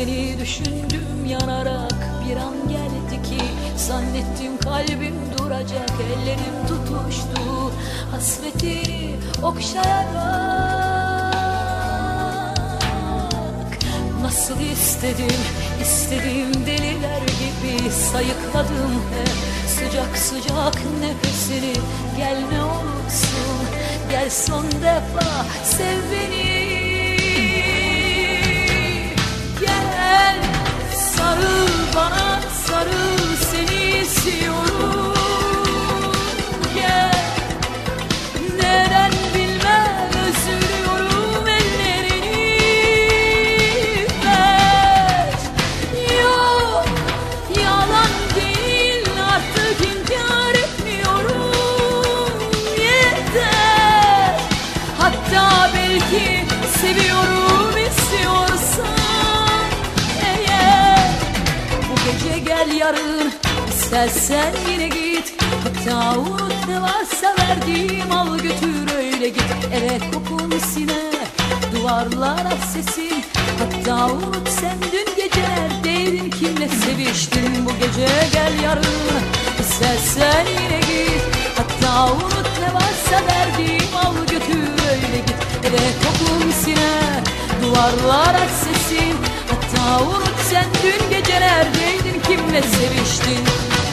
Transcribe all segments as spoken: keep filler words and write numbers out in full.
Seni düşündüm yanarak, bir an geldi ki zannettim kalbim duracak. Ellerim tutuştu hasretini okşayarak. Nasıl istedim, istedim deliler gibi, sayıkladım hep sıcak sıcak nefesini. Gel ne olursun, gel son defa sev beni. Gel sarıl bana, sarıl, seni istiyorum. Gel, neden bilmem özlüyorum ellerini. Ver, yok yalan değil, artık inkar etmiyorum. Yeter, hatta belki seviyorum istiyorsan. Gece gel yarın, istersen yine git. Hatta unut ne varsa verdiğim, al götür öyle git. Eve kokun siner, duvarlara sesin. Hatta unut sen dün gece neredeydin, kimle seviştin. Bu gece gel yarın, istersen yine git. Hatta unut ne varsa verdiğim, al götür öyle git. Eve kokun siner, duvarlara sesin. Hatta unut sen dün gece neredeydin, kimle seviştin.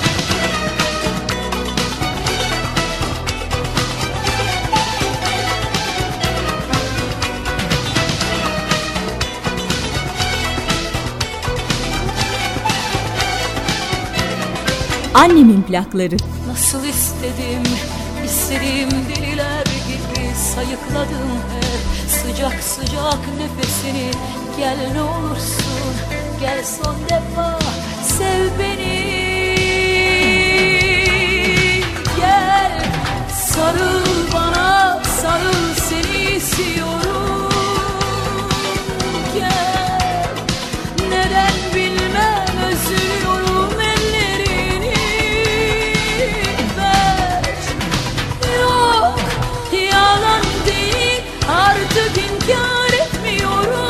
Annemin plakları. Nasıl istedim, istedim deliler gibi, sayıkladım hep sıcak sıcak nefesini. Gel ne olursun, gel son defa sev beni. Gel sarıl bana, sarıl, seni istiyorum. Gel, neden bilmem özlüyorum ellerini. Ver, yok yalan değil, artık inkar etmiyorum.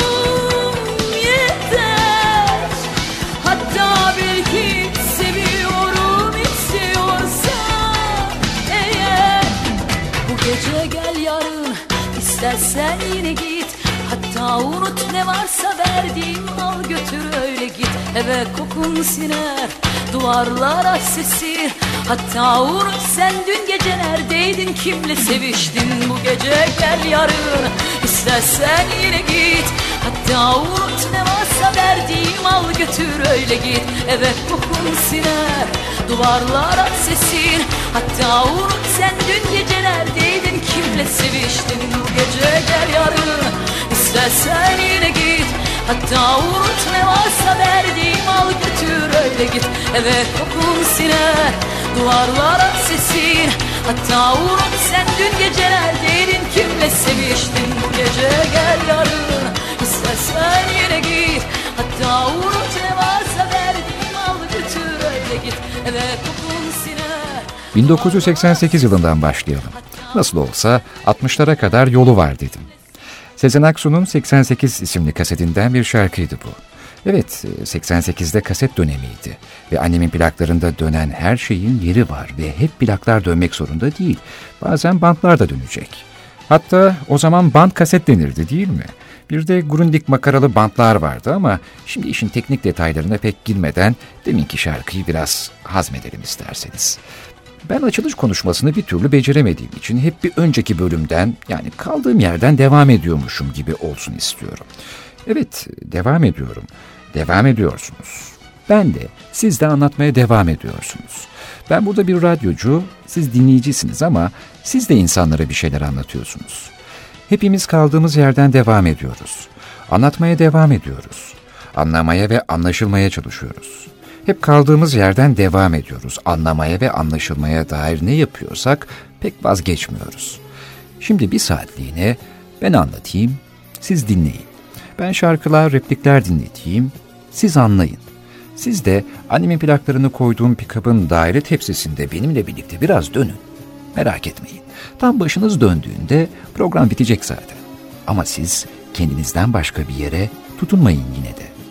Gece gel yarın, istersen yine git. Hatta unut ne varsa verdiğim, al götür öyle git. Eve kokun siner, duvarlara sesi. Hatta unut sen dün gece neredeydin, kimle seviştin. Bu gece gel yarın, istersen yine git. Hatta unut ne varsa verdiğim, al götür öyle git. Eve kokun siner, duvarlara sesin. Hatta unut sen dün gece neredeydin, kimle seviştin. Bu gece gel yarın, istersen yine git. Hatta unut ne varsa verdiğim, al götür öyle git. Eve kokun siner, duvarlara sesin. Hatta unut sen dün gece neredeydin, kimle seviştin. Bu gece gel yarın, istersen yine git. Hatta unut ne varsa verdiğim, al götür öyle git. Eve kokun siner. bin dokuz yüz seksen sekiz yılından başlayalım. Nasıl olsa altmışlara kadar yolu var dedim. Sezen Aksu'nun seksen sekiz isimli kasetinden bir şarkıydı bu. Evet, seksen sekizde kaset dönemiydi ve annemin plaklarında dönen her şeyin yeri var ve hep plaklar dönmek zorunda değil. Bazen bantlar da dönecek. Hatta o zaman bant kaset denirdi, değil mi? Bir de Grundig makaralı bantlar vardı ama şimdi işin teknik detaylarına pek girmeden deminki şarkıyı biraz hazmedelim isterseniz. Ben açılış konuşmasını bir türlü beceremediğim için hep bir önceki bölümden, yani kaldığım yerden devam ediyormuşum gibi olsun istiyorum. Evet, devam ediyorum. Devam ediyorsunuz. Ben de, siz de anlatmaya devam ediyorsunuz. Ben burada bir radyocu, siz dinleyicisiniz ama siz de insanlara bir şeyler anlatıyorsunuz. Hepimiz kaldığımız yerden devam ediyoruz. Anlatmaya devam ediyoruz. Anlamaya ve anlaşılmaya çalışıyoruz. Hep kaldığımız yerden devam ediyoruz. Anlamaya ve anlaşılmaya dair ne yapıyorsak pek vazgeçmiyoruz. Şimdi bir saatliğine ben anlatayım, siz dinleyin. Ben şarkılar, replikler dinleteyim, siz anlayın. Siz de annemin plaklarını koyduğum pikapın daire tepsisinde benimle birlikte biraz dönün. Merak etmeyin. Tam başınız döndüğünde program bitecek zaten. Ama siz kendinizden başka bir yere tutunmayın yine de.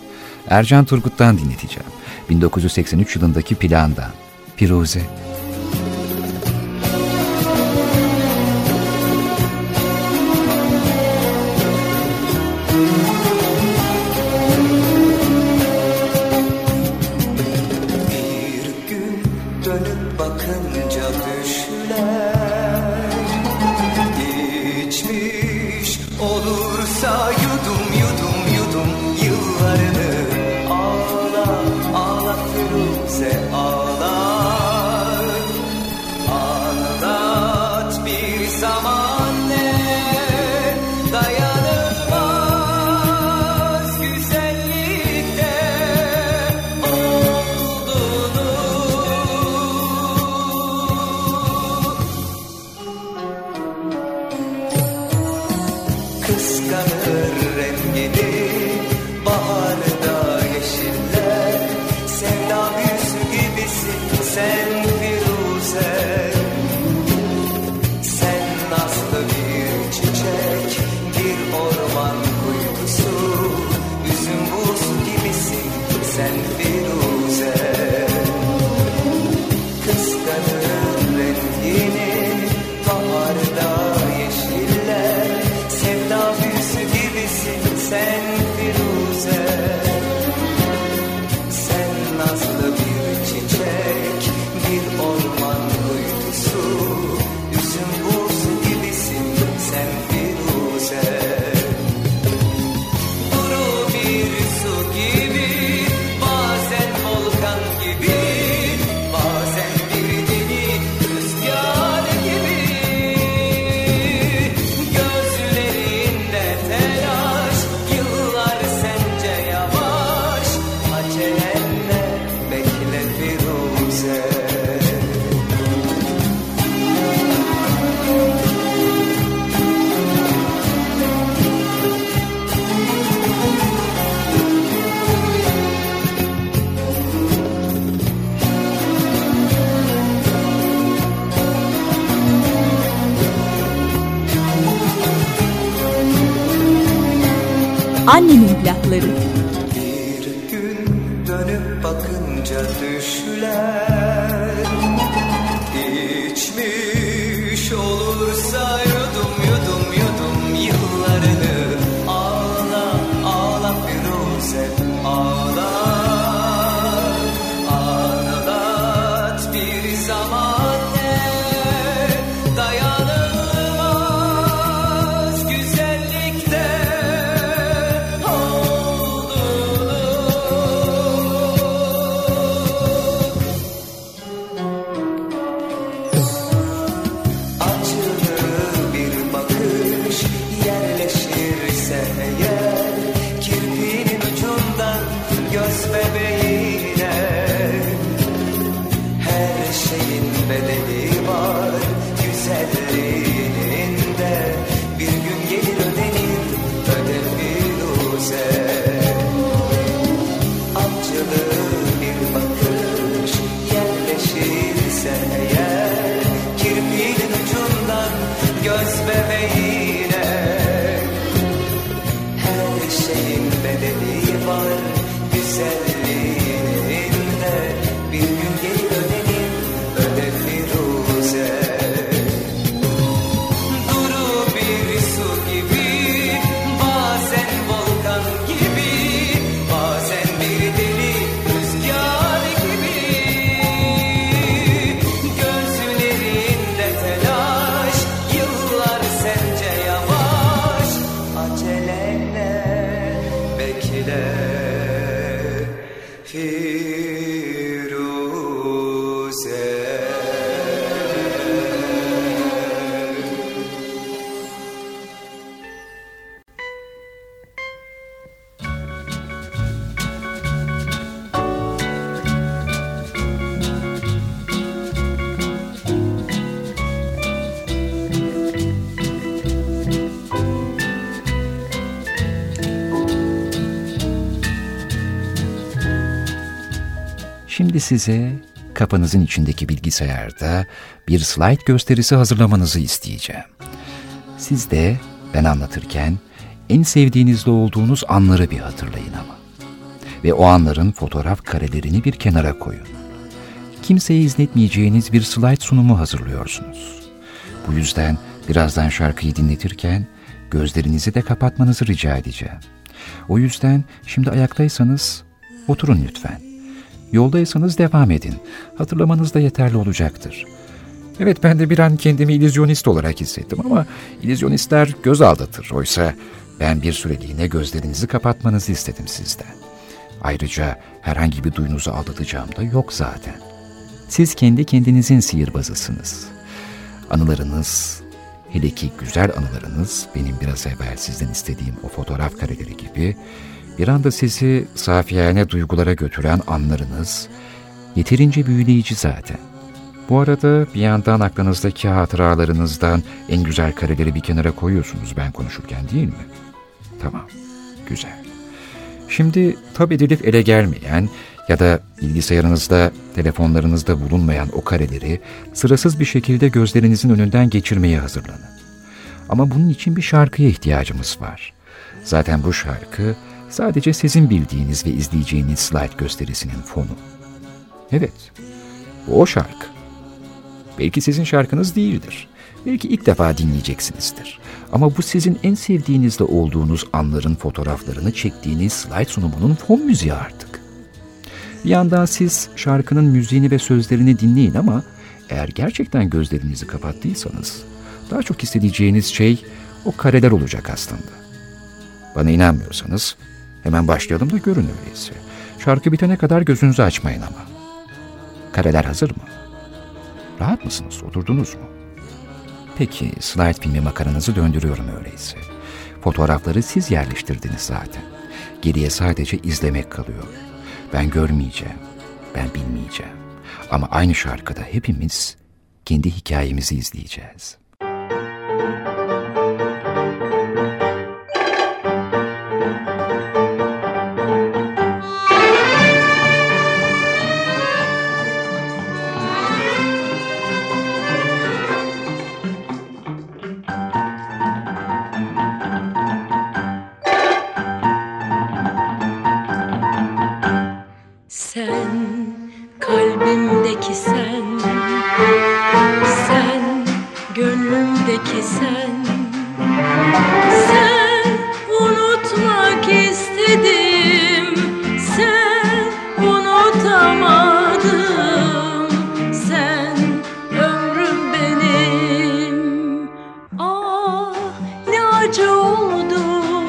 Ercan Turgut'tan dinleteceğim. bin dokuz yüz seksen üç yılındaki Plan'dan Firuze. Annemin plakları. Bir gün dönüp bakınca düşler içmiş olursa yudum yudum yudum yıllarını ağla ağla Firuze ağla ağlat bir zaman ne dayanılmaz güzellikte bedeli var güzelliğinin de bir gün gelir ödenir öder Firuze acılı bir bakış yerleşirse eğer kirpiğinin ucundan göz bebeğine her şeyin bedeli var güzelliğinin de bir gün gelir ödenir öde Firuze duru bir su gibi bazen volkan gibi bazen bir deli rüzgar gibi gözlerinde telaş yıllar sence yavaş acelenle bekle Firuze. Şimdi size kafanızın içindeki bilgisayarda bir slide gösterisi hazırlamanızı isteyeceğim. Siz de ben anlatırken en sevdiğinizde olduğunuz anları bir hatırlayın ama. ve o anların fotoğraf karelerini bir kenara koyun. Kimseye izletmeyeceğiniz bir slide sunumu hazırlıyorsunuz. Bu yüzden birazdan şarkıyı dinletirken gözlerinizi de kapatmanızı rica edeceğim. O yüzden şimdi ayaktaysanız oturun lütfen. Yoldaysanız devam edin. Hatırlamanız da yeterli olacaktır. Evet, ben de bir an kendimi illüzyonist olarak hissettim ama illüzyonistler göz aldatır. Oysa ben bir süreliğine gözlerinizi kapatmanızı istedim sizden. Ayrıca herhangi bir duyunuzu aldatacağım da yok zaten. Siz kendi kendinizin sihirbazısınız. Anılarınız, hele ki güzel anılarınız, benim biraz evvel sizden istediğim o fotoğraf kareleri gibi, bir anda sizi safiyane duygulara götüren anlarınız yeterince büyüleyici zaten. Bu arada bir yandan aklınızdaki hatıralarınızdan en güzel kareleri bir kenara koyuyorsunuz ben konuşurken, değil mi? Tamam, güzel. Şimdi tab edilip ele gelmeyen ya da bilgisayarınızda, telefonlarınızda bulunmayan o kareleri sırasız bir şekilde gözlerinizin önünden geçirmeye hazırlanın. Ama bunun için bir şarkıya ihtiyacımız var. Zaten bu şarkı sadece sizin bildiğiniz ve izleyeceğiniz slide gösterisinin fonu. Evet, bu o şarkı. Belki sizin şarkınız değildir. Belki ilk defa dinleyeceksinizdir. Ama bu sizin en sevdiğinizde olduğunuz anların fotoğraflarını çektiğiniz slide sunumunun fon müziği artık. Bir yandan siz şarkının müziğini ve sözlerini dinleyin ama eğer gerçekten gözlerinizi kapattıysanız daha çok hissedeceğiniz şey o kareler olacak aslında. Bana inanmıyorsanız hemen başlayalım da görün öyleyse. Şarkı bitene kadar gözünüzü açmayın ama. Kareler hazır mı? Rahat mısınız? Oturdunuz mu? Peki, slide filmi makaranızı döndürüyorum öyleyse. Fotoğrafları siz yerleştirdiniz zaten. Geriye sadece izlemek kalıyor. Ben görmeyeceğim, ben bilmeyeceğim. Ama aynı şarkıda hepimiz kendi hikayemizi izleyeceğiz. Sen, kalbimdeki sen, sen, gönlümdeki sen, sen, unutmak istedim, sen, unutamadım, sen, ömrüm benim, ah ne acı oldu,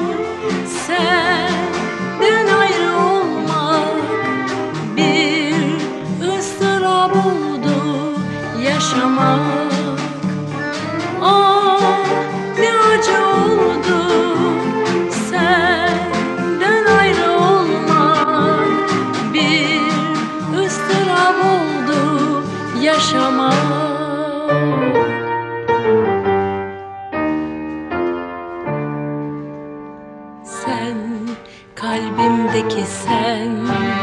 senden ayrı olmak, bir ıstırap oldu yaşamak. Ah ne acı oldu senden ayrı olmak, bir ıstırap oldu yaşamak. Sen, kalbimdeki sen,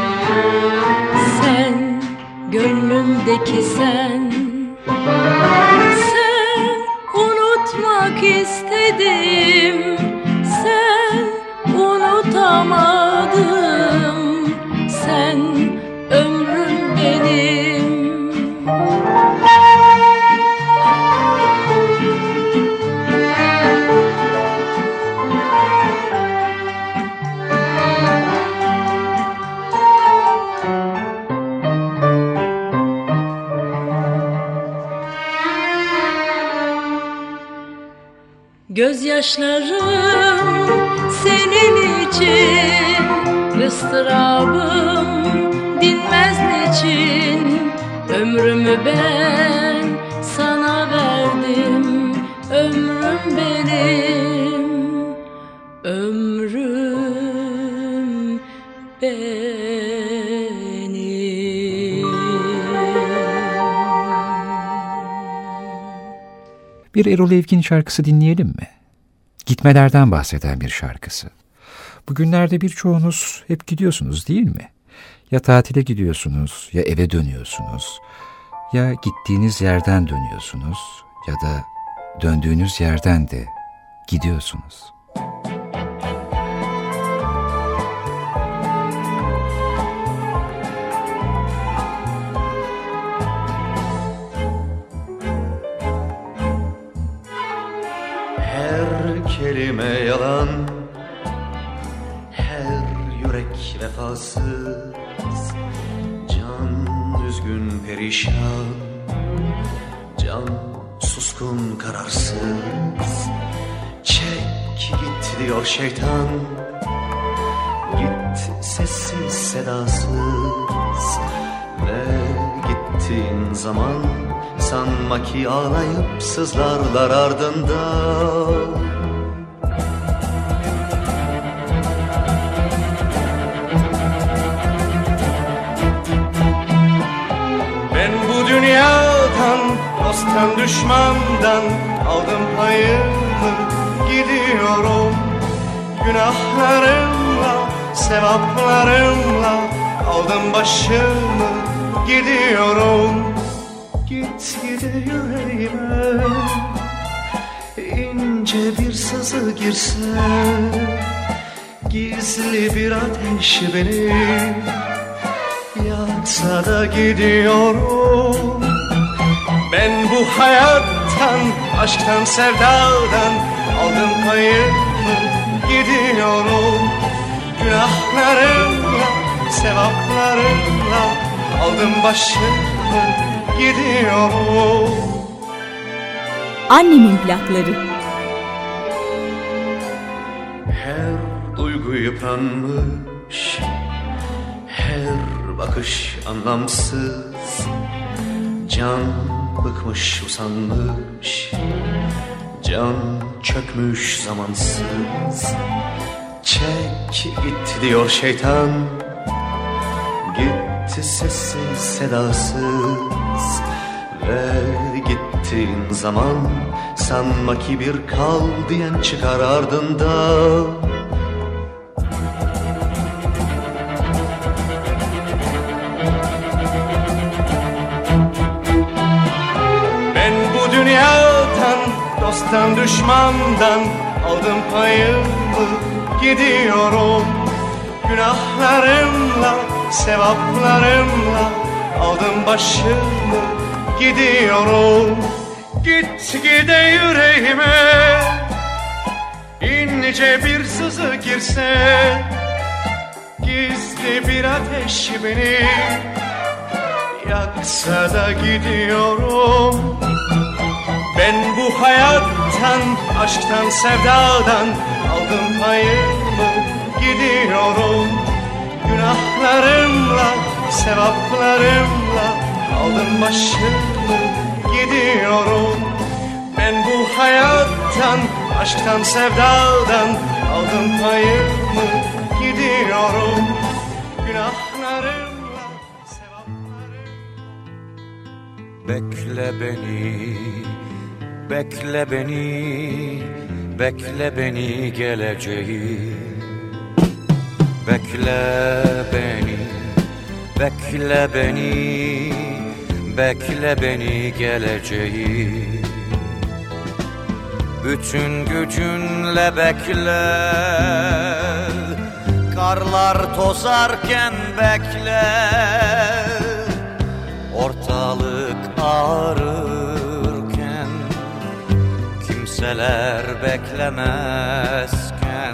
sen, gönlümdeki sen, sen, unutmak istedim, sen, unutamadım, sen, ömrüm benim. Gözyaşlarım senin için, ıstırabım dinmez niçin. Ömrümü ben sana verdim, ömrüm benim, ömrüm benim. Bir Erol Evgin şarkısı dinleyelim mi? Gitmelerden bahseden bir şarkısı. Bugünlerde birçoğunuz hep gidiyorsunuz değil mi? Ya tatile gidiyorsunuz, ya eve dönüyorsunuz, ya gittiğiniz yerden dönüyorsunuz, ya da döndüğünüz yerden de gidiyorsunuz. vefasız, can üzgün perişan, can suskun kararsız. Çek git diyor şeytan, git sessiz sedasız. Ve gittiğin zaman sanma ki ağlayıp sızlarlar ardından. Ben bu dünyadan, dosttan düşmandan aldım payımı, gidiyorum. Günahlarımla, sevaplarımla aldım başımı, gidiyorum. Git gide yüreğime, ince bir sızı girse, gizli bir ateş beni yaksa da gidiyorum. Ben bu hayattan, aşktan, sevdadan aldım payımı, gidiyorum. Günahlarımla, sevaplarımla aldım başımı, gidiyorum. Annemin plakları. Her duygu yıpranmış, her bakış anlamsız. Can bıkmış, usanmış, can çökmüş zamansız. Çek git diyor şeytan, gitti sessiz sedasız. Ve gittiğin zaman sanma ki bir kal diyen çıkar ardından. Ben bu dünyadan, dosttan düşmandan aldım payımı, gidiyorum. Günahlarımla, sevaplarımla aldım başımı, gidiyorum. Git gide yüreğime, ince bir sızı girse, gizli bir ateş beni yaksa da gidiyorum. Ben bu hayattan, aşktan, sevdadan aldım payımı, gidiyorum. Günahlarımla, sevaplarımla aldım başımı, gidiyorum. Ben bu hayattan, aşktan, sevdadan aldım payımı, gidiyorum. Günahlarımla, sevaplarımla. Bekle beni, bekle beni, bekle beni geleceğim. Bekle beni, bekle beni, bekle beni geleceğim. Bütün gücünle bekle, karlar tozarken bekle. Ortalık ağrırken, kimseler beklemezken.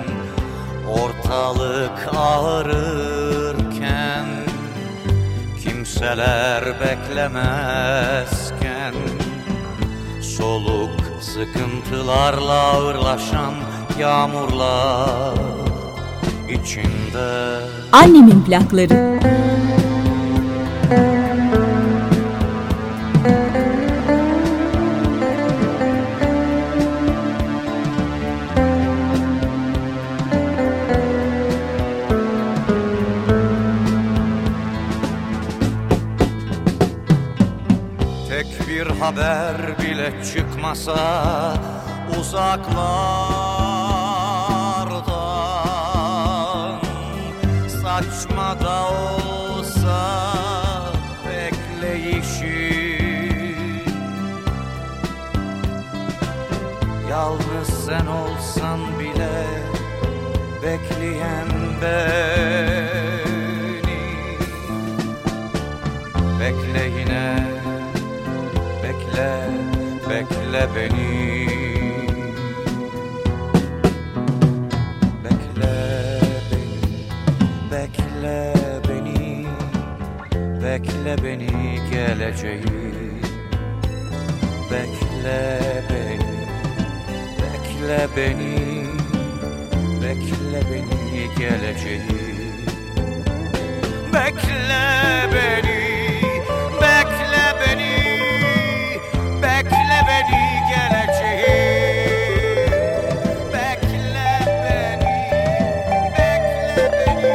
Ortalık ağrırken, kimseler beklemezken. Soluk sıkıntılarla ağırlaşan yağmurlar içinde. Annemin plakları. Bir haber bile çıkmasa uzaklardan, saçma da olsa bekleyişim. Yalnız sen olsan bile bekleyen beni. Bekle yine, bekle, bekle beni. Bekle beni, bekle bekle beni geleceğim. Bekle beni, bekle beni, bekle beni geleceğim. Bekle beni, bekle beni, bekle beni geleceğim. Bekle beni, bekle beni,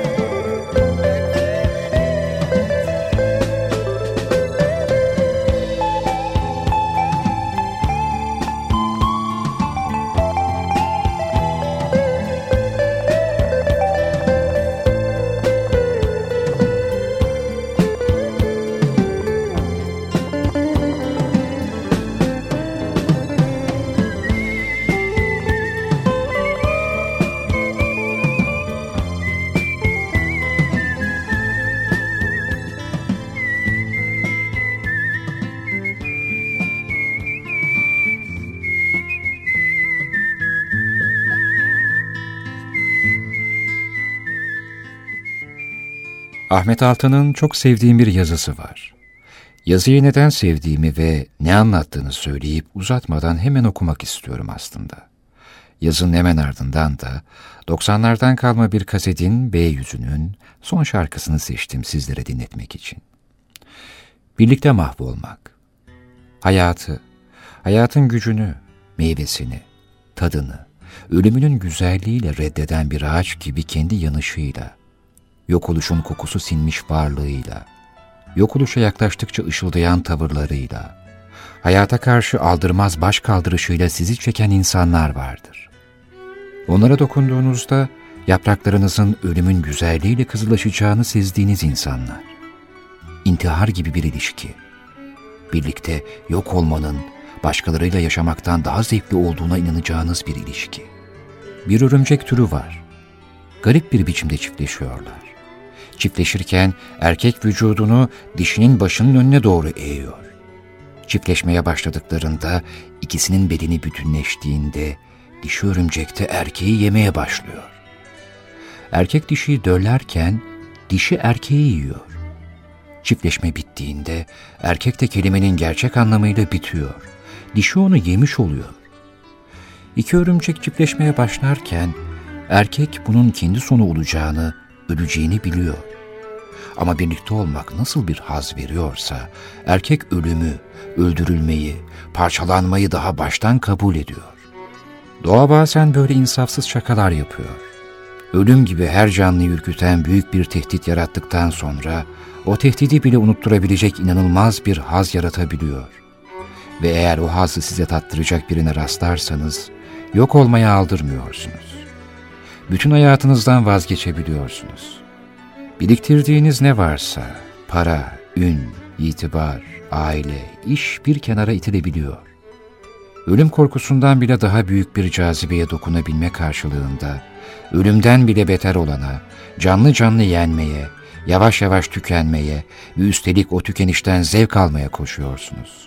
Ahmet Altan'ın çok sevdiğim bir yazısı var. Yazıyı neden sevdiğimi ve ne anlattığını söyleyip uzatmadan hemen okumak istiyorum aslında. Yazının hemen ardından da doksanlardan kalma bir kasetin B yüzünün son şarkısını seçtim sizlere dinletmek için. Birlikte mahvolmak. Hayatı, hayatın gücünü, meyvesini, tadını, ölümünün güzelliğiyle reddeden bir ağaç gibi kendi yanışıyla, yok oluşun kokusu sinmiş varlığıyla, yok oluşa yaklaştıkça ışıldayan tavırlarıyla, hayata karşı aldırmaz baş kaldırışıyla sizi çeken insanlar vardır. Onlara dokunduğunuzda yapraklarınızın ölümün güzelliğiyle kızılaşacağını sezdiğiniz insanlar. İntihar gibi bir ilişki. Birlikte yok olmanın başkalarıyla yaşamaktan daha zevkli olduğuna inanacağınız bir ilişki. Bir örümcek türü var. Garip bir biçimde çiftleşiyorlar. Çiftleşirken erkek vücudunu dişinin başının önüne doğru eğiyor. Çiftleşmeye başladıklarında ikisinin bedeni bütünleştiğinde dişi örümcek de erkeği yemeye başlıyor. Erkek dişiyi döllerken dişi erkeği yiyor. Çiftleşme bittiğinde erkek de kelimenin gerçek anlamıyla bitiyor. Dişi onu yemiş oluyor. İki örümcek çiftleşmeye başlarken erkek bunun kendi sonu olacağını, öleceğini biliyor. Ama birlikte olmak nasıl bir haz veriyorsa, erkek ölümü, öldürülmeyi, parçalanmayı daha baştan kabul ediyor. Doğa bazen böyle insafsız şakalar yapıyor. Ölüm gibi her canlıyı ürküten büyük bir tehdit yarattıktan sonra, o tehdidi bile unutturabilecek inanılmaz bir haz yaratabiliyor. Ve eğer o hazzı size tattıracak birine rastlarsanız, yok olmaya aldırmıyorsunuz. Bütün hayatınızdan vazgeçebiliyorsunuz. Biriktirdiğiniz ne varsa, para, ün, itibar, aile, iş bir kenara itilebiliyor. Ölüm korkusundan bile daha büyük bir cazibeye dokunabilme karşılığında, ölümden bile beter olana, canlı canlı yenmeye, yavaş yavaş tükenmeye ve üstelik o tükenişten zevk almaya koşuyorsunuz.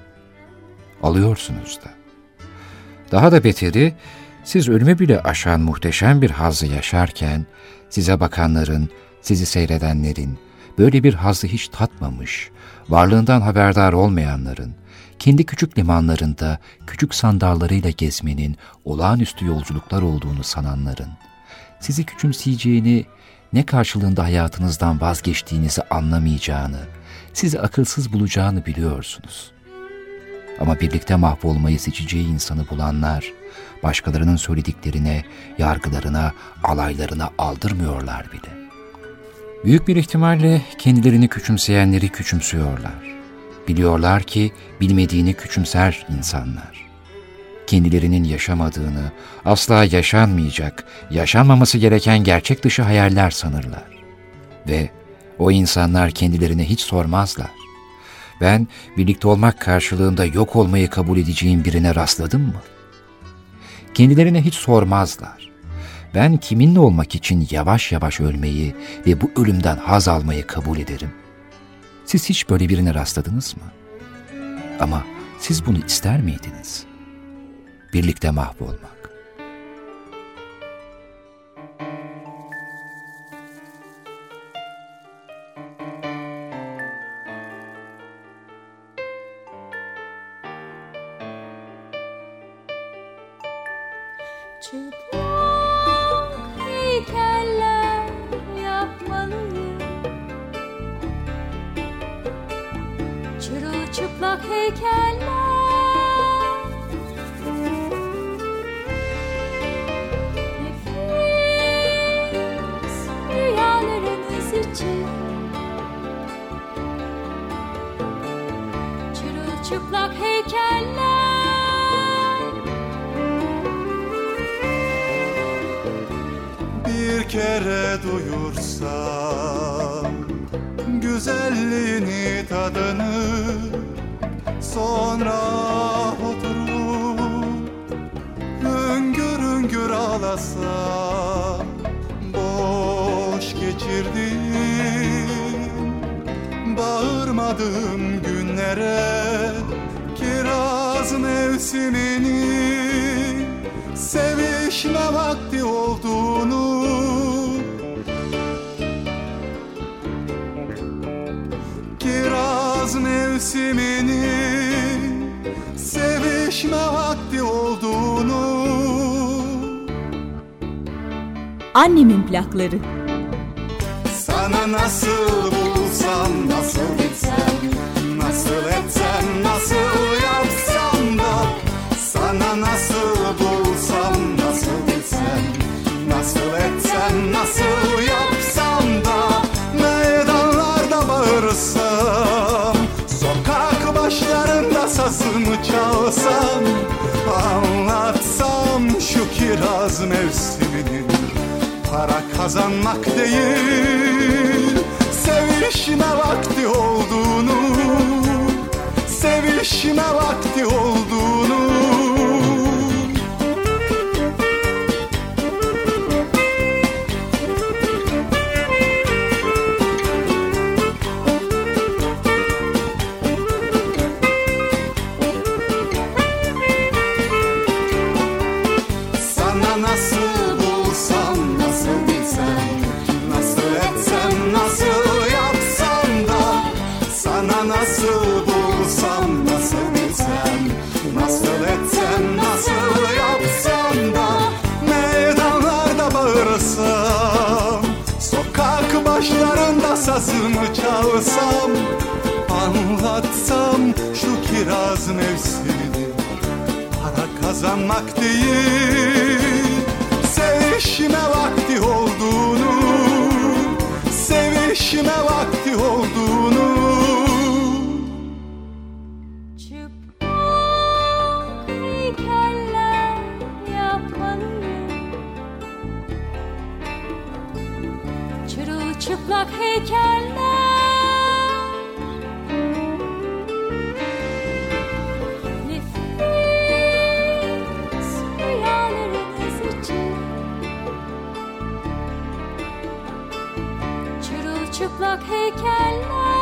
Alıyorsunuz da. Daha da beteri, siz ölümü bile aşan muhteşem bir hazzı yaşarken, size bakanların, sizi seyredenlerin, böyle bir hazzı hiç tatmamış, varlığından haberdar olmayanların, kendi küçük limanlarında küçük sandallarıyla gezmenin olağanüstü yolculuklar olduğunu sananların, sizi küçümseyeceğini, ne karşılığında hayatınızdan vazgeçtiğinizi anlamayacağını, sizi akılsız bulacağını biliyorsunuz. Ama birlikte mahvolmayı seçeceği insanı bulanlar, başkalarının söylediklerine, yargılarına, alaylarına aldırmıyorlar bile. Büyük bir ihtimalle kendilerini küçümseyenleri küçümsüyorlar. Biliyorlar ki bilmediğini küçümser insanlar. Kendilerinin yaşamadığını, asla yaşanmayacak, yaşanmaması gereken gerçek dışı hayaller sanırlar. Ve o insanlar kendilerine hiç sormazlar. Ben birlikte olmak karşılığında yok olmayı kabul edeceğim birine rastladım mı? Kendilerine hiç sormazlar. Ben kiminle olmak için yavaş yavaş ölmeyi ve bu ölümden haz almayı kabul ederim. Siz hiç böyle birine rastladınız mı? Ama siz bunu ister miydiniz? Birlikte mahvolmak. Çıplak heykeller yapmalıyım. Çırılçıplak heykeller. Nefis rüyalarınız için. Çırılçıplak heykeller. Bir kere duyursam güzelliğini, tadını, sonra oturup hüngür hüngür ağlasam, boş geçirdim bağırmadığım günlere, kiraz mevsiminin sevişme vakti olduğunu, kiraz mevsiminin sevişme vakti olduğunu. Annemin plakları. Sana nasıl bulsam, nasıl bilsem, nasıl etsem, nasıl yapsam da, sana nasıl bulsam, nasıl bilsem, nasıl etsem, nasıl yapsam da, meydanlarda bağırsam, sokak başlarında sazımı çalsam, anlatsam şu kiraz mevsiminin para kazanmak değil, sevişme vakti olduğunu, sevişme vakti olduğunu. Sana nasıl bulsam, nasıl bilsem, nasıl etsem, nasıl yapsam da, sana nasıl bulsam, nasıl bilsem, nasıl etsem, nasıl yapsam da, meydanlarda bağırsam, sokak başlarında sazımı çalsam, anlatsam şu kiraz mevsimini, para kazanmak değil, sevişme vakti olduğunu, sevişme vakti olduğunu. Çıplak heykeller yapmalıyım. Çırılçıplak heykeller. Nefis rüyalarınız için. Çırılçıplak heykeller.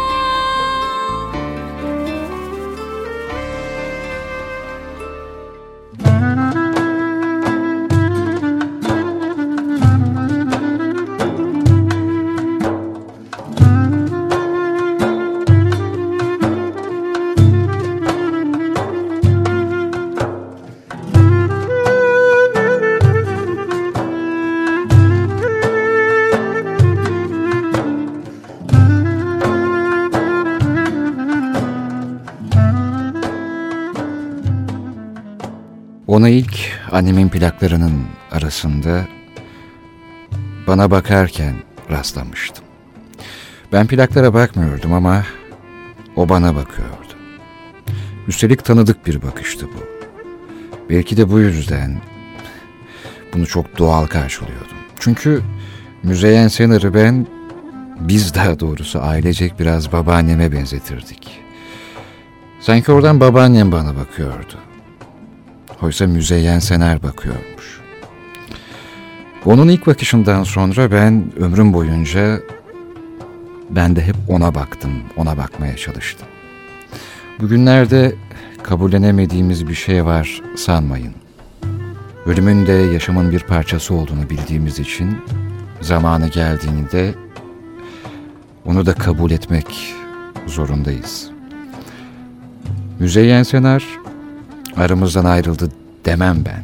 Ona ilk annemin plaklarının arasında bana bakarken rastlamıştım. Ben plaklara bakmıyordum ama o bana bakıyordu. Üstelik tanıdık bir bakıştı bu. Belki de bu yüzden bunu çok doğal karşılıyordum. Çünkü Müzeyyen Senar'ı ben, biz daha doğrusu ailecek biraz babaanneme benzetirdik. Sanki oradan babaannem bana bakıyordu. Oysa Müzeyyen Senar bakıyormuş. Onun ilk bakışından sonra ben ömrüm boyunca ben de hep ona baktım, ona bakmaya çalıştım. Bugünlerde kabullenemediğimiz bir şey var sanmayın. Ölümün de yaşamın bir parçası olduğunu bildiğimiz için zamanı geldiğinde onu da kabul etmek zorundayız. Müzeyyen Senar aramızdan ayrıldı demem ben.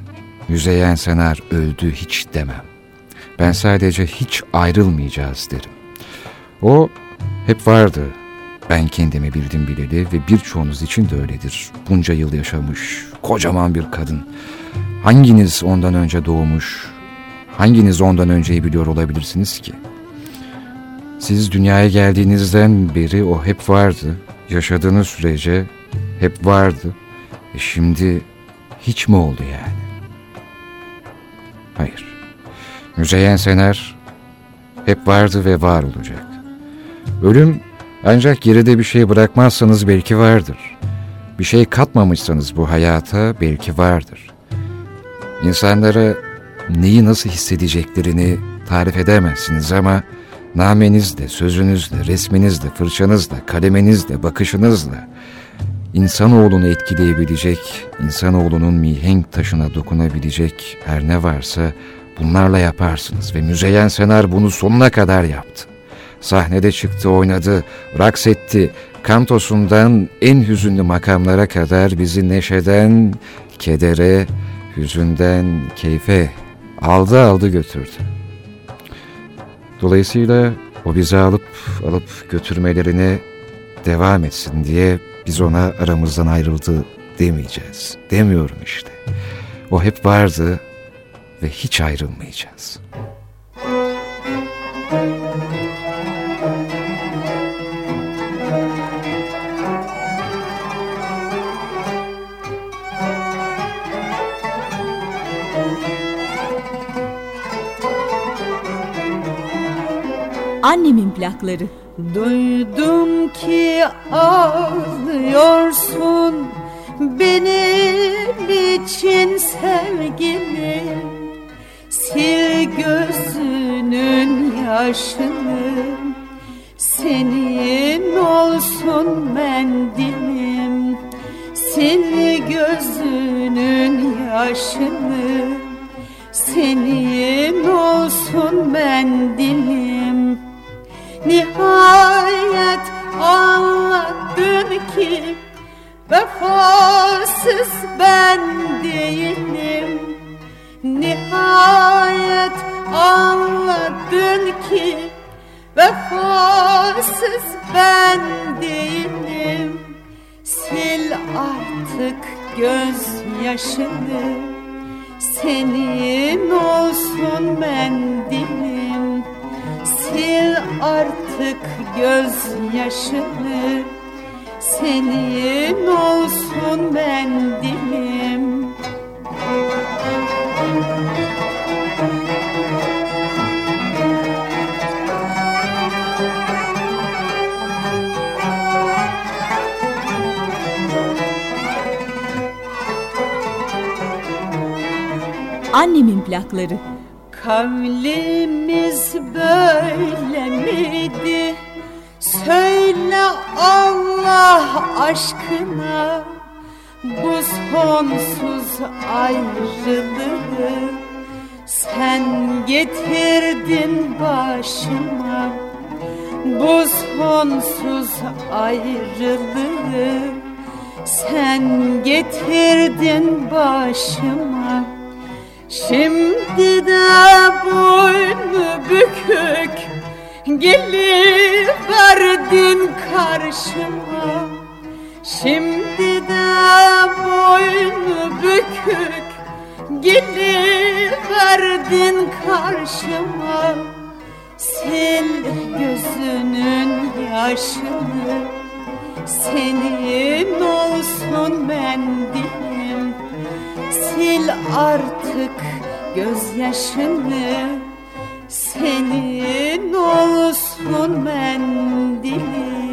Müzeyyen Senar öldü hiç demem. Ben sadece hiç ayrılmayacağız derim. O hep vardı. Ben kendimi bildim bileli ve birçoğunuz için de öyledir. Bunca yıl yaşamış, kocaman bir kadın. Hanginiz ondan önce doğmuş, hanginiz ondan önceyi biliyor olabilirsiniz ki? Siz dünyaya geldiğinizden beri o hep vardı. Yaşadığınız sürece hep vardı. E şimdi hiç mi oldu yani? Hayır. Müzeyyen Senar hep vardı ve var olacak. Ölüm ancak geride bir şey bırakmazsanız belki vardır. Bir şey katmamışsanız bu hayata belki vardır. İnsanlara neyi nasıl hissedeceklerini tarif edemezsiniz ama namenizle, sözünüzle, resminizle, fırçanızla, kaleminizle, bakışınızla insanoğlunu etkileyebilecek, insanoğlunun mihenk taşına dokunabilecek her ne varsa bunlarla yaparsınız ve Müzeyyen Senar bunu sonuna kadar yaptı. Sahnede çıktı, oynadı, raks etti, kantosundan en hüzünlü makamlara kadar bizi neşeden kedere, hüzünden keyfe aldı aldı götürdü. Dolayısıyla o bizi alıp alıp götürmelerine devam etsin diye biz ona aramızdan ayrıldı demeyeceğiz. Demiyorum işte. O hep vardı ve hiç ayrılmayacağız. Annemin plakları. Duydum ki ağlıyorsun benim için sevgilim. Sil gözünün yaşını, senin olsun mendilim. Sil gözünün yaşını, senin olsun mendilim. Nihayet anladın ki vefasız ben değilim. Nihayet anladın ki vefasız ben değilim. Sil artık gözyaşını, senin olsun mendilim. Sil artık gözyaşını, senin olsun mendilim. Annemin plakları. Kavlimiz böyle miydi? Söyle Allah aşkına, bu sonsuz ayrılığı sen getirdin başıma. Bu sonsuz ayrılığı sen getirdin başıma. Şimdi de boynu bükük geliverdin karşıma. Şimdi de boynu bükük geliverdin karşıma. Sil gözünün yaşını, senin olsun mendilim. Sil artık gözyaşını, senin olsun mendilim.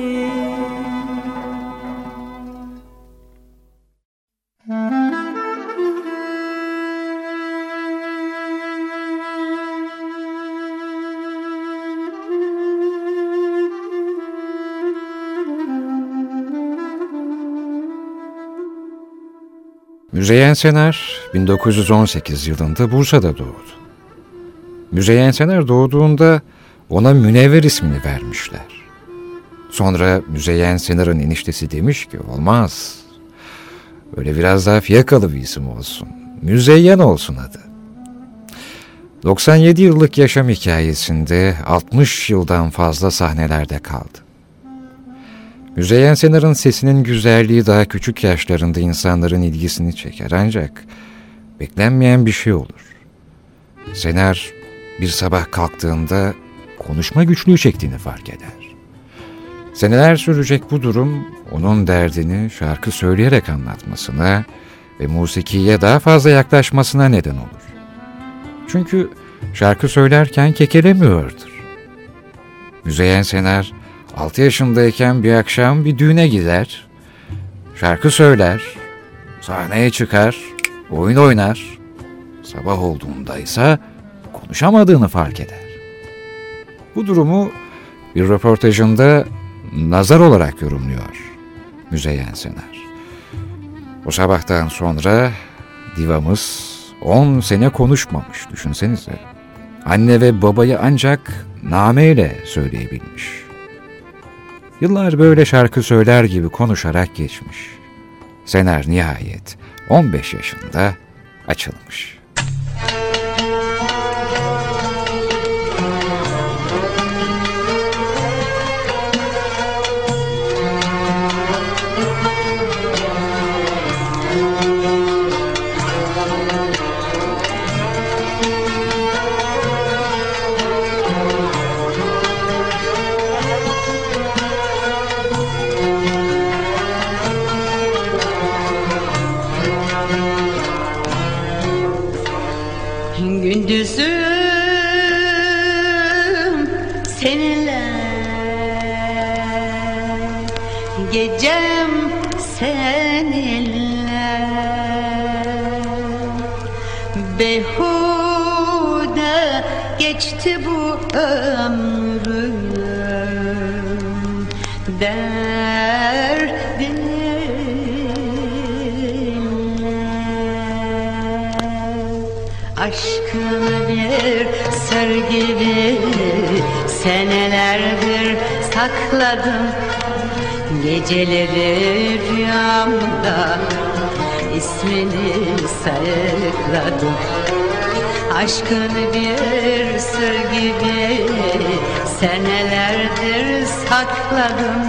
Müzeyyen Senar bin dokuz yüz on sekiz yılında Bursa'da doğdu. Müzeyyen Senar doğduğunda ona Münevver ismini vermişler. Sonra Müzeyyen Senar'ın eniştesi demiş ki olmaz. Öyle biraz daha fiyakalı bir isim olsun. Müzeyyen olsun adı. doksan yedi yıllık yaşam hikayesinde altmış yıldan fazla sahnelerde kaldı. Müzeyyen Senar'ın sesinin güzelliği daha küçük yaşlarında insanların ilgisini çeker, ancak beklenmeyen bir şey olur. Senar bir sabah kalktığında konuşma güçlüğü çektiğini fark eder. Seneler sürecek bu durum onun derdini şarkı söyleyerek anlatmasına ve musikiye daha fazla yaklaşmasına neden olur. Çünkü şarkı söylerken kekelemiyordur. Müzeyyen Senar altı yaşındayken bir akşam bir düğüne gider, şarkı söyler, sahneye çıkar, oyun oynar. Sabah olduğunda ise konuşamadığını fark eder. Bu durumu bir röportajında nazar olarak yorumluyor Müzeyyen Senar. O sabahtan sonra divamız on sene konuşmamış, düşünsenize. Anne ve babayı ancak nameyle söyleyebilmiş. Yıllar böyle şarkı söyler gibi konuşarak geçmiş. Senar nihayet on beş yaşında açılmış. Gündüzüm seninle, gecem seninle, behude geçti bu ömrüm, derdinle. Aşkını bir sır gibi senelerdir sakladım. Geceleri rüyamda ismini sayıkladım. Aşkını bir sır gibi senelerdir sakladım.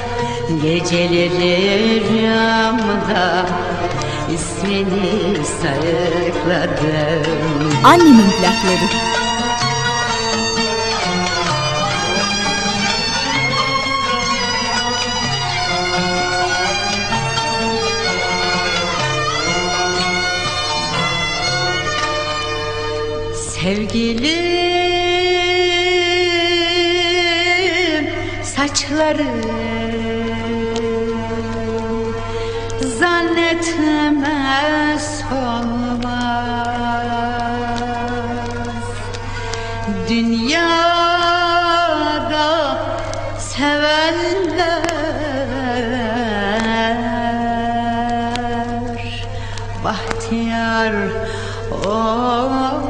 Geceleri rüyamda ismini sayıkladım. Annemin plakları. Sevgilim saçları zannetme solmaz. Dünyada sevenler bahtiyar olmaz.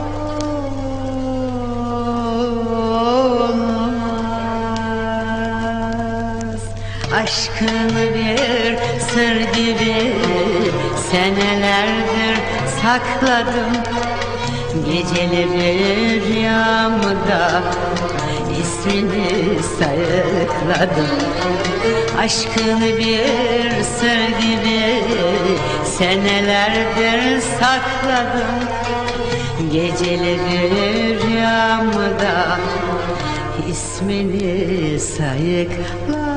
Aşkını bir sır gibi senelerdir sakladım. Geceleri rüyamda ismini sayıkladım. Aşkını bir sır gibi senelerdir sakladım. Geceleri rüyamda ismini sayıkladım.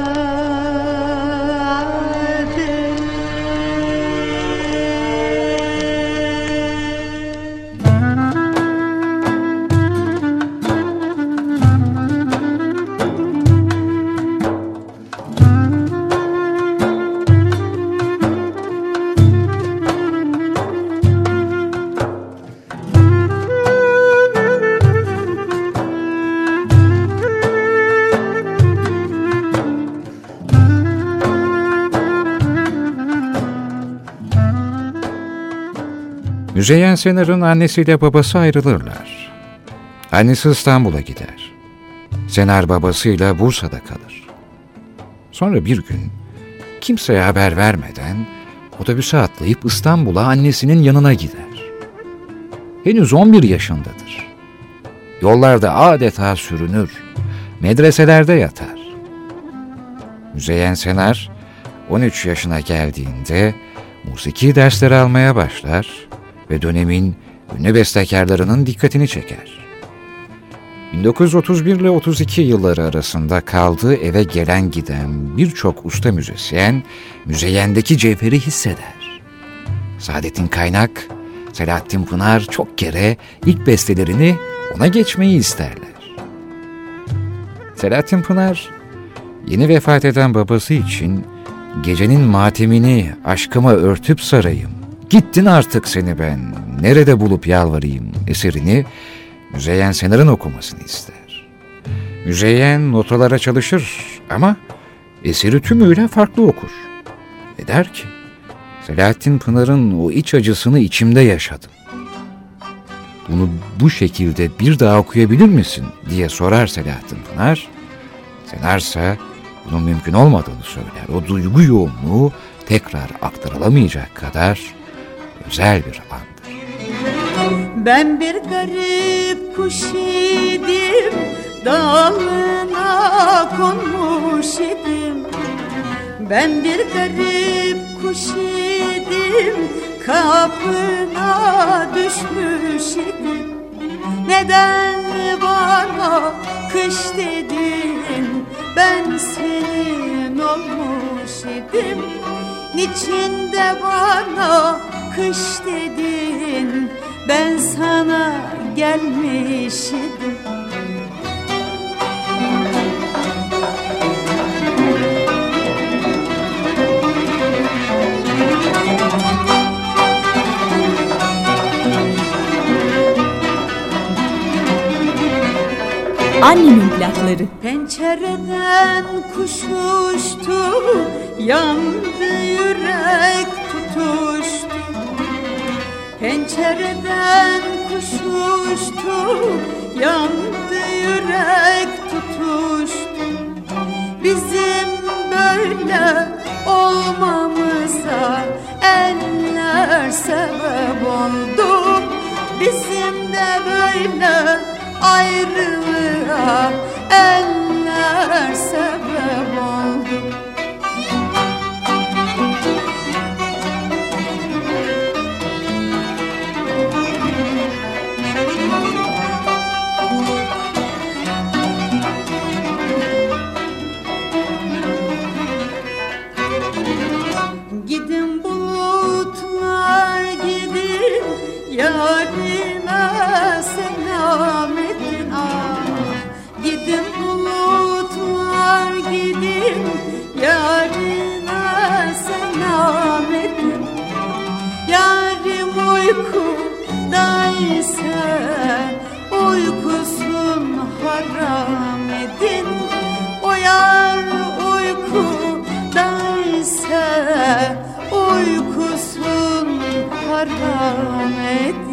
Müzeyyen Senar'ın annesiyle babası ayrılırlar. Annesi İstanbul'a gider. Senar babasıyla Bursa'da kalır. Sonra bir gün kimseye haber vermeden otobüse atlayıp İstanbul'a annesinin yanına gider. Henüz on bir yaşındadır. Yollarda adeta sürünür, medreselerde yatar. Müzeyyen Senar on üç yaşına geldiğinde musiki dersleri almaya başlar ve dönemin ünlü bestekarlarının dikkatini çeker. bin dokuz yüz otuz bir ile otuz iki yılları arasında kaldığı eve gelen giden birçok usta müzisyen Müzeyyen'deki cevheri hisseder. Saadettin Kaynak, Selahattin Pınar çok kere ilk bestelerini ona geçmeyi isterler. Selahattin Pınar, yeni vefat eden babası için "Gecenin matemini aşkıma örtüp sarayım, gittin artık seni ben, nerede bulup yalvarayım" eserini Müzeyyen Senar'ın okumasını ister. Müzeyyen notalara çalışır ama eseri tümüyle farklı okur. Ve der ki, Selahattin Pınar'ın o iç acısını içimde yaşadım. Bunu bu şekilde bir daha okuyabilir misin diye sorar Selahattin Pınar. Senarsa bunun mümkün olmadığını söyler. O duygu yoğunluğu tekrar aktarılamayacak kadar özel bir andır. Ben bir garip kuş idim, dalına konmuş idim. Ben bir garip kuş idim, kapına düşmüş idim. Neden bana kış dedin, ben senin olmuş idim. Niçin de bana kış dedin, ben sana gelmiş idim. Annemin plakları. Pencereden kuş uçtu, yandı yürek tutuştu. Pencereden kuş uçtu, yandı yürek tutuştu. Bizim böyle olmamıza eller sebep oldu. Bizim de böyle ayrılığa eller sebep oldu. Gidin bulutlar gidin, yarime selam edin. Ah, gidin bulutlar gidin, yarime selam edin. Yarim uykudaysa uykusun haram edin. O yar uykudaysa uykusun haram edin.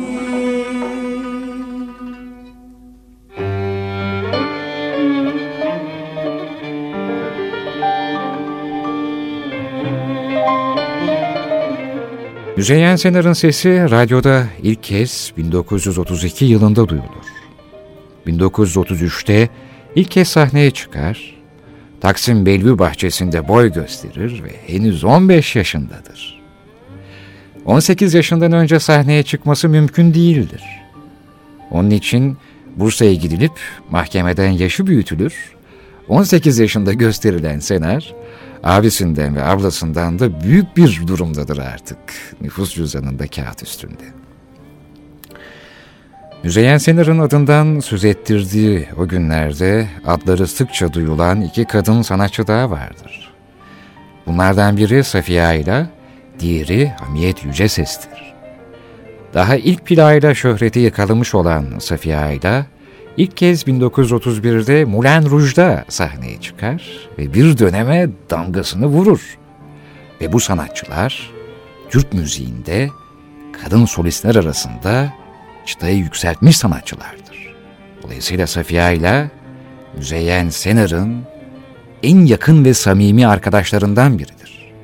Müzeyyen Senar'ın sesi radyoda ilk kez bin dokuz yüz otuz iki yılında duyulur. bin dokuz yüz otuz üçte ilk kez sahneye çıkar, Taksim Bellevue bahçesinde boy gösterir ve henüz on beş yaşındadır. on sekiz yaşından önce sahneye çıkması mümkün değildir. Onun için Bursa'ya gidilip mahkemeden yaşı büyütülür, on sekiz yaşında gösterilen Senar, abisinden ve ablasından da büyük bir durumdadır artık nüfus cüzdanında kağıt üstünde. Müzeyyen Senar'ın adından söz ettirdiği o günlerde adları sıkça duyulan iki kadın sanatçı daha vardır. Bunlardan biri Safiye Ayla, diğeri Hamiyet Yüceses'tir. Daha ilk plağıyla şöhreti yakalamış olan Safiye Ayla, ilk kez bin dokuz yüz otuz birde Moulin Rouge'da sahneye çıkar ve bir döneme damgasını vurur. Ve bu sanatçılar Türk müziğinde kadın solistler arasında çıtayı yükseltmiş sanatçılardır. Dolayısıyla Safiye Ayla, Müzeyyen Senar'ın en yakın ve samimi arkadaşlarından biridir.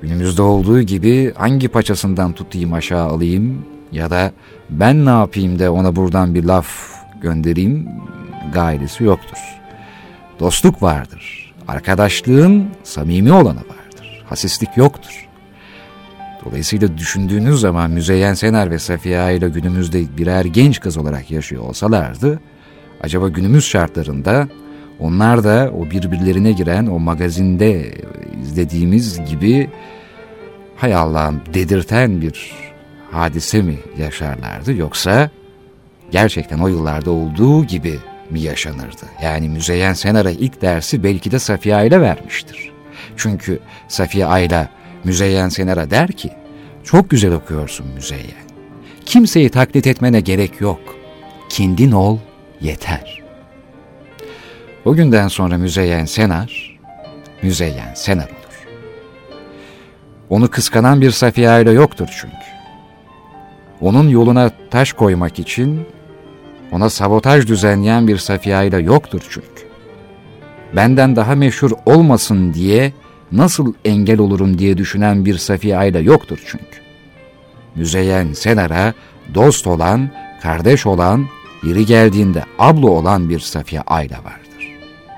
Günümüzde olduğu gibi hangi paçasından tutayım aşağı alayım ya da ben ne yapayım da ona buradan bir laf göndereyim gayresi yoktur. Dostluk vardır. Arkadaşlığın samimi olanı vardır. Hasislik yoktur. Dolayısıyla düşündüğünüz zaman Müzeyyen Senar ve Safiye Ayla günümüzde birer genç kız olarak yaşıyor olsalardı, acaba günümüz şartlarında onlar da o birbirlerine giren, o magazinde izlediğimiz gibi hay Allah'ım dedirten bir hadise mi yaşarlardı, yoksa gerçekten o yıllarda olduğu gibi mi yaşanırdı? Yani Müzeyyen Senar'a ilk dersi belki de Safiye Ayla vermiştir. Çünkü Safiye Ayla Müzeyyen Senar'a der ki, çok güzel okuyorsun Müzeyyen. Kimseyi taklit etmene gerek yok. Kendin ol yeter. O günden sonra Müzeyyen Senar, Müzeyyen Senar olur. Onu kıskanan bir Safiye Ayla yoktur çünkü. Onun yoluna taş koymak için ona sabotaj düzenleyen bir Safiye Ayla yoktur çünkü. Benden daha meşhur olmasın diye nasıl engel olurum diye düşünen bir Safiye Ayla yoktur çünkü. Müzeyyen Senar'a dost olan, kardeş olan, yeri geldiğinde abla olan bir Safiye Ayla vardır.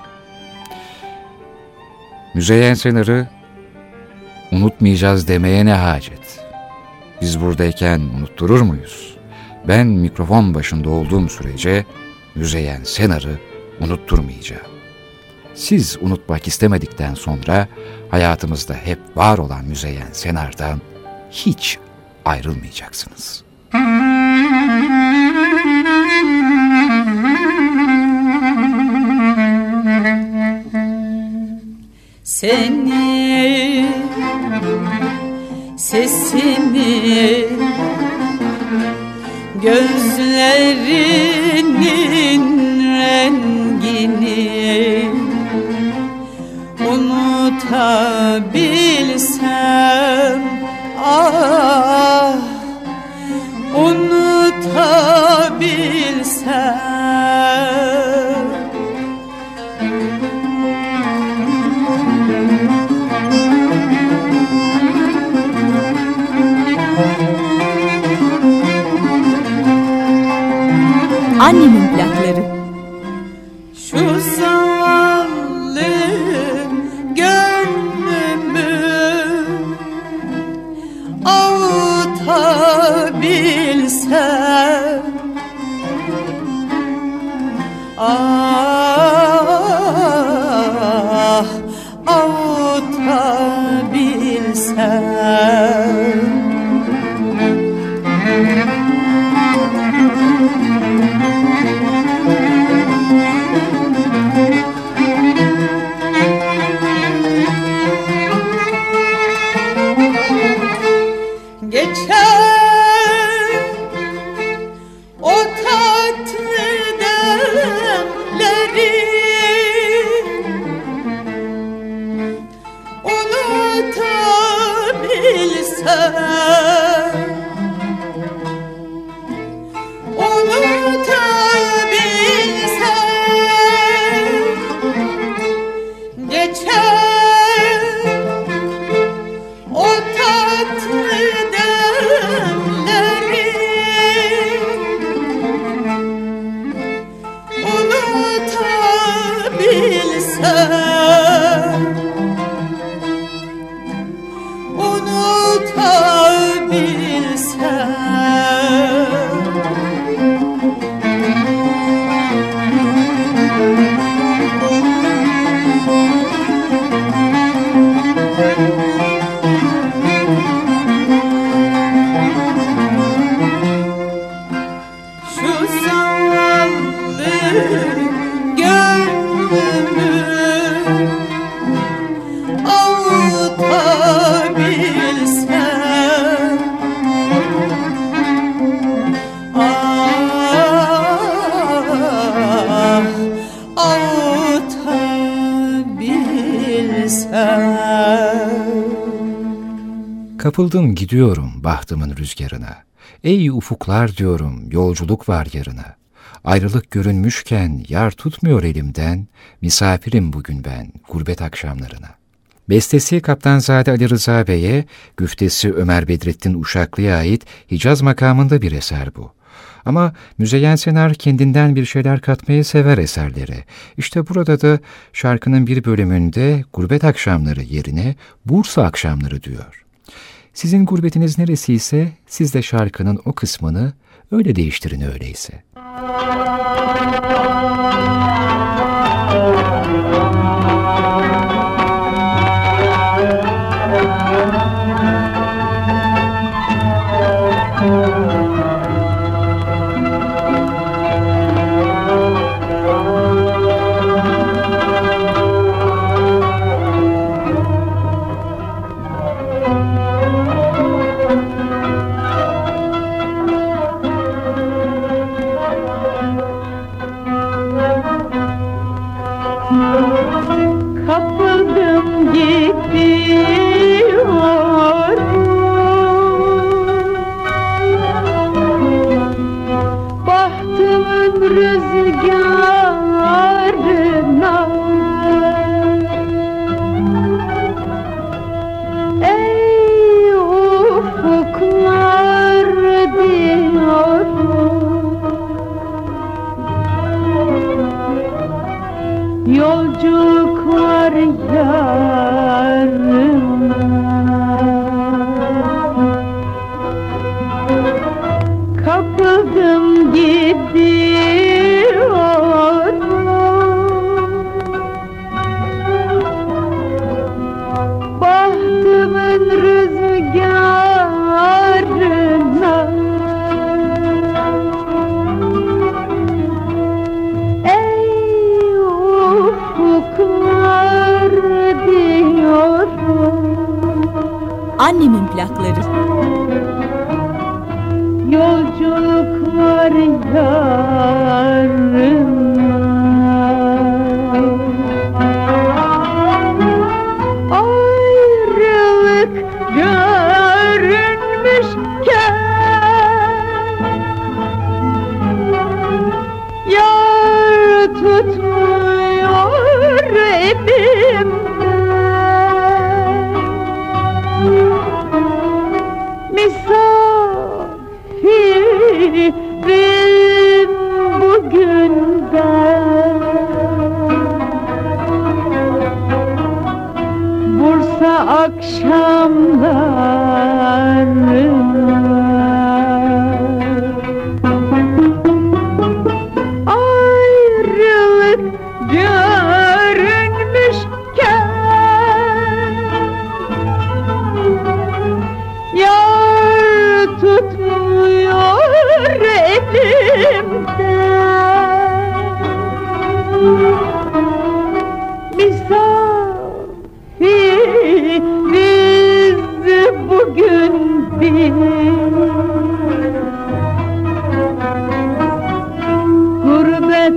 Müzeyyen Senar'ı unutmayacağız demeye ne hacet? Biz buradayken unutturur muyuz? Ben mikrofon başında olduğum sürece Müzeyyen Senar'ı unutturmayacağım. Siz unutmak istemedikten sonra hayatımızda hep var olan Müzeyyen Senar'dan hiç ayrılmayacaksınız. Seni, sesini, gözlerinin rengini unutabilsem, ah, unutabilsem. Annemin plakları. Şu zavallı gönlümü avutabilsem, ah, avutabilsem. Kapıldım gidiyorum bahtımın rüzgarına. Ey ufuklar diyorum, yolculuk var yarına. Ayrılık görünmüşken yar tutmuyor elimden. Misafirim bugün ben gurbet akşamlarına. Bestesi Kaptanzade Ali Rıza Bey'e, güftesi Ömer Bedrettin Uşaklı'ya ait Hicaz makamında bir eser bu. Ama Müzeyyen Senar kendinden bir şeyler katmayı sever eserlere. İşte burada da şarkının bir bölümünde gurbet akşamları yerine Bursa akşamları diyor. Sizin gurbetiniz neresiyse siz de şarkının o kısmını öyle değiştirin öyleyse. Kapıldım gidiyorum, bahtımın rüzgarına. Ey ufuklar diyorum, yolculuk var yarına. Kapıldım gidiyorum, bahtımın rüzgarına. Ey ufuklar diyorum, Annemin plakları. yolculuk var yarına. Ayrılık görünmüşken yar tutmuyor elimden. Misafirim bugünden, Bursa akşamlarına. Ayrılık görünmüşken yar tutmuyor elimden. Misafiriz bugün biz, gurbet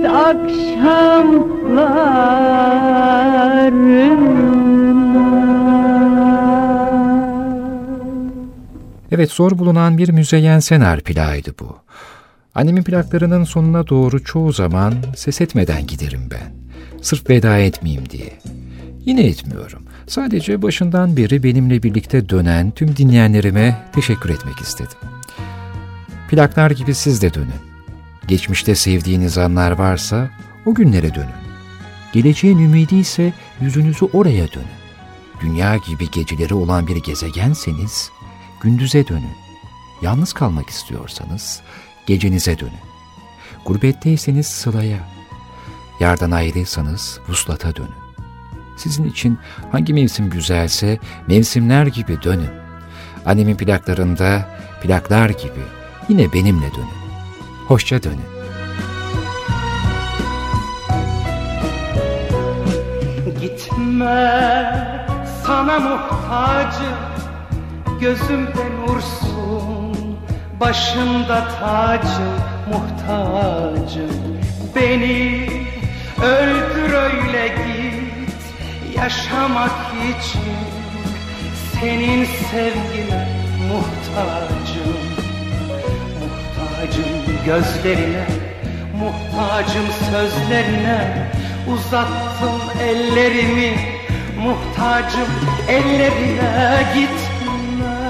akşamlarına. Evet, zor bulunan bir Müzeyyen Senar plağıydı bu. Annemin plaklarının sonuna doğru çoğu zaman ses etmeden giderim ben. Sırf veda etmeyeyim diye. Yine etmiyorum. Sadece başından beri benimle birlikte dönen tüm dinleyenlerime teşekkür etmek istedim. Plaklar gibi siz de dönün. Geçmişte sevdiğiniz anlar varsa o günlere dönün. Geleceğin ümidi ise yüzünüzü oraya dönün. Dünya gibi geceleri olan bir gezegenseniz gündüze dönün. Yalnız kalmak istiyorsanız gecenize dönün. Gurbetteyseniz sılaya, yardan ayrıysanız vuslata dönün. Sizin için hangi mevsim güzelse mevsimler gibi dönün. Annemin plaklarında plaklar gibi yine benimle dönün. Hoşça dönün. Gitme, sana muhtacım, gözümde nursun, başımda tacım, muhtacım. Beni öldür öyle git, yaşamak için senin sevgine muhtacım. Muhtacım gözlerine, muhtacım sözlerine, uzattım ellerimi, muhtacım ellerine gitme.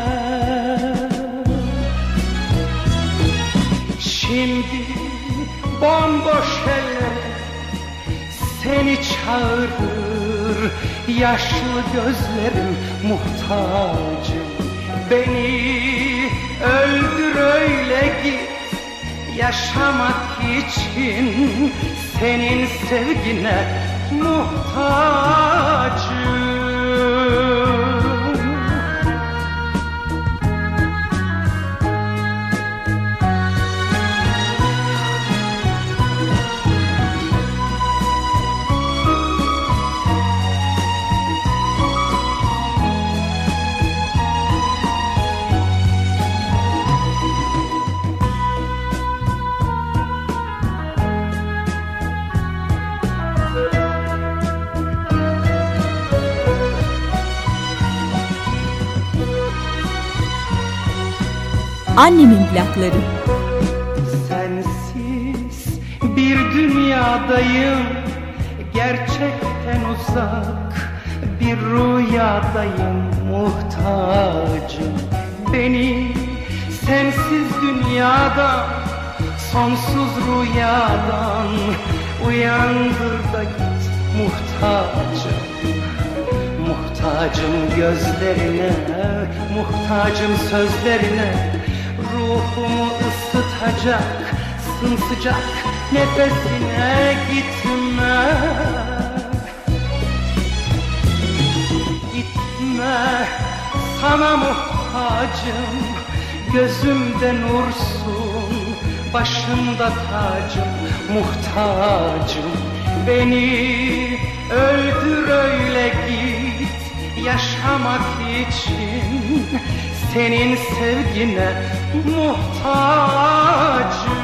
Şimdi bomboş eller seni çağırır, yaşlı gözlerim muhtacım. Beni öldür öyle git, yaşamak için senin sevgine muhtacım. Annemin plakları. Sensiz bir dünyadayım, gerçekten uzak bir rüyadayım muhtacım. Beni sensiz dünyadan, sonsuz rüyadan uyandır da git muhtacım. Muhtacım gözlerine, muhtacım sözlerine, ruhumu ısıtacak sımsıcak nefesine gitme. Gitme, sana muhtacım, gözümde nursun, başımda tacım, muhtacım. Beni öldür öyle git, yaşamak için senin sevgine muhtacım.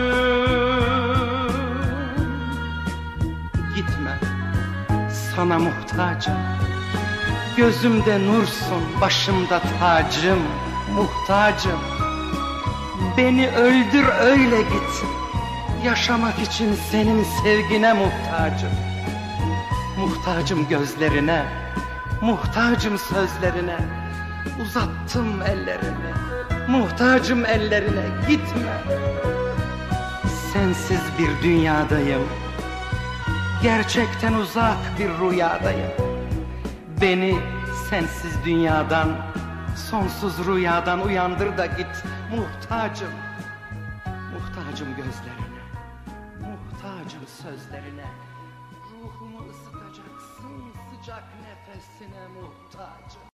Gitme, sana muhtacım, gözümde nursun, başımda tacım, muhtacım. Beni öldür öyle git, yaşamak için senin sevgine muhtacım. Muhtacım gözlerine, muhtacım sözlerine, uzattım ellerimi, muhtacım ellerine, gitme. Sensiz bir dünyadayım, gerçekten uzak bir rüyadayım. Beni sensiz dünyadan, sonsuz rüyadan uyandır da git muhtacım. Muhtacım gözlerine, muhtacım sözlerine, ruhumu ısıtacak sımsıcak nefesine muhtacım.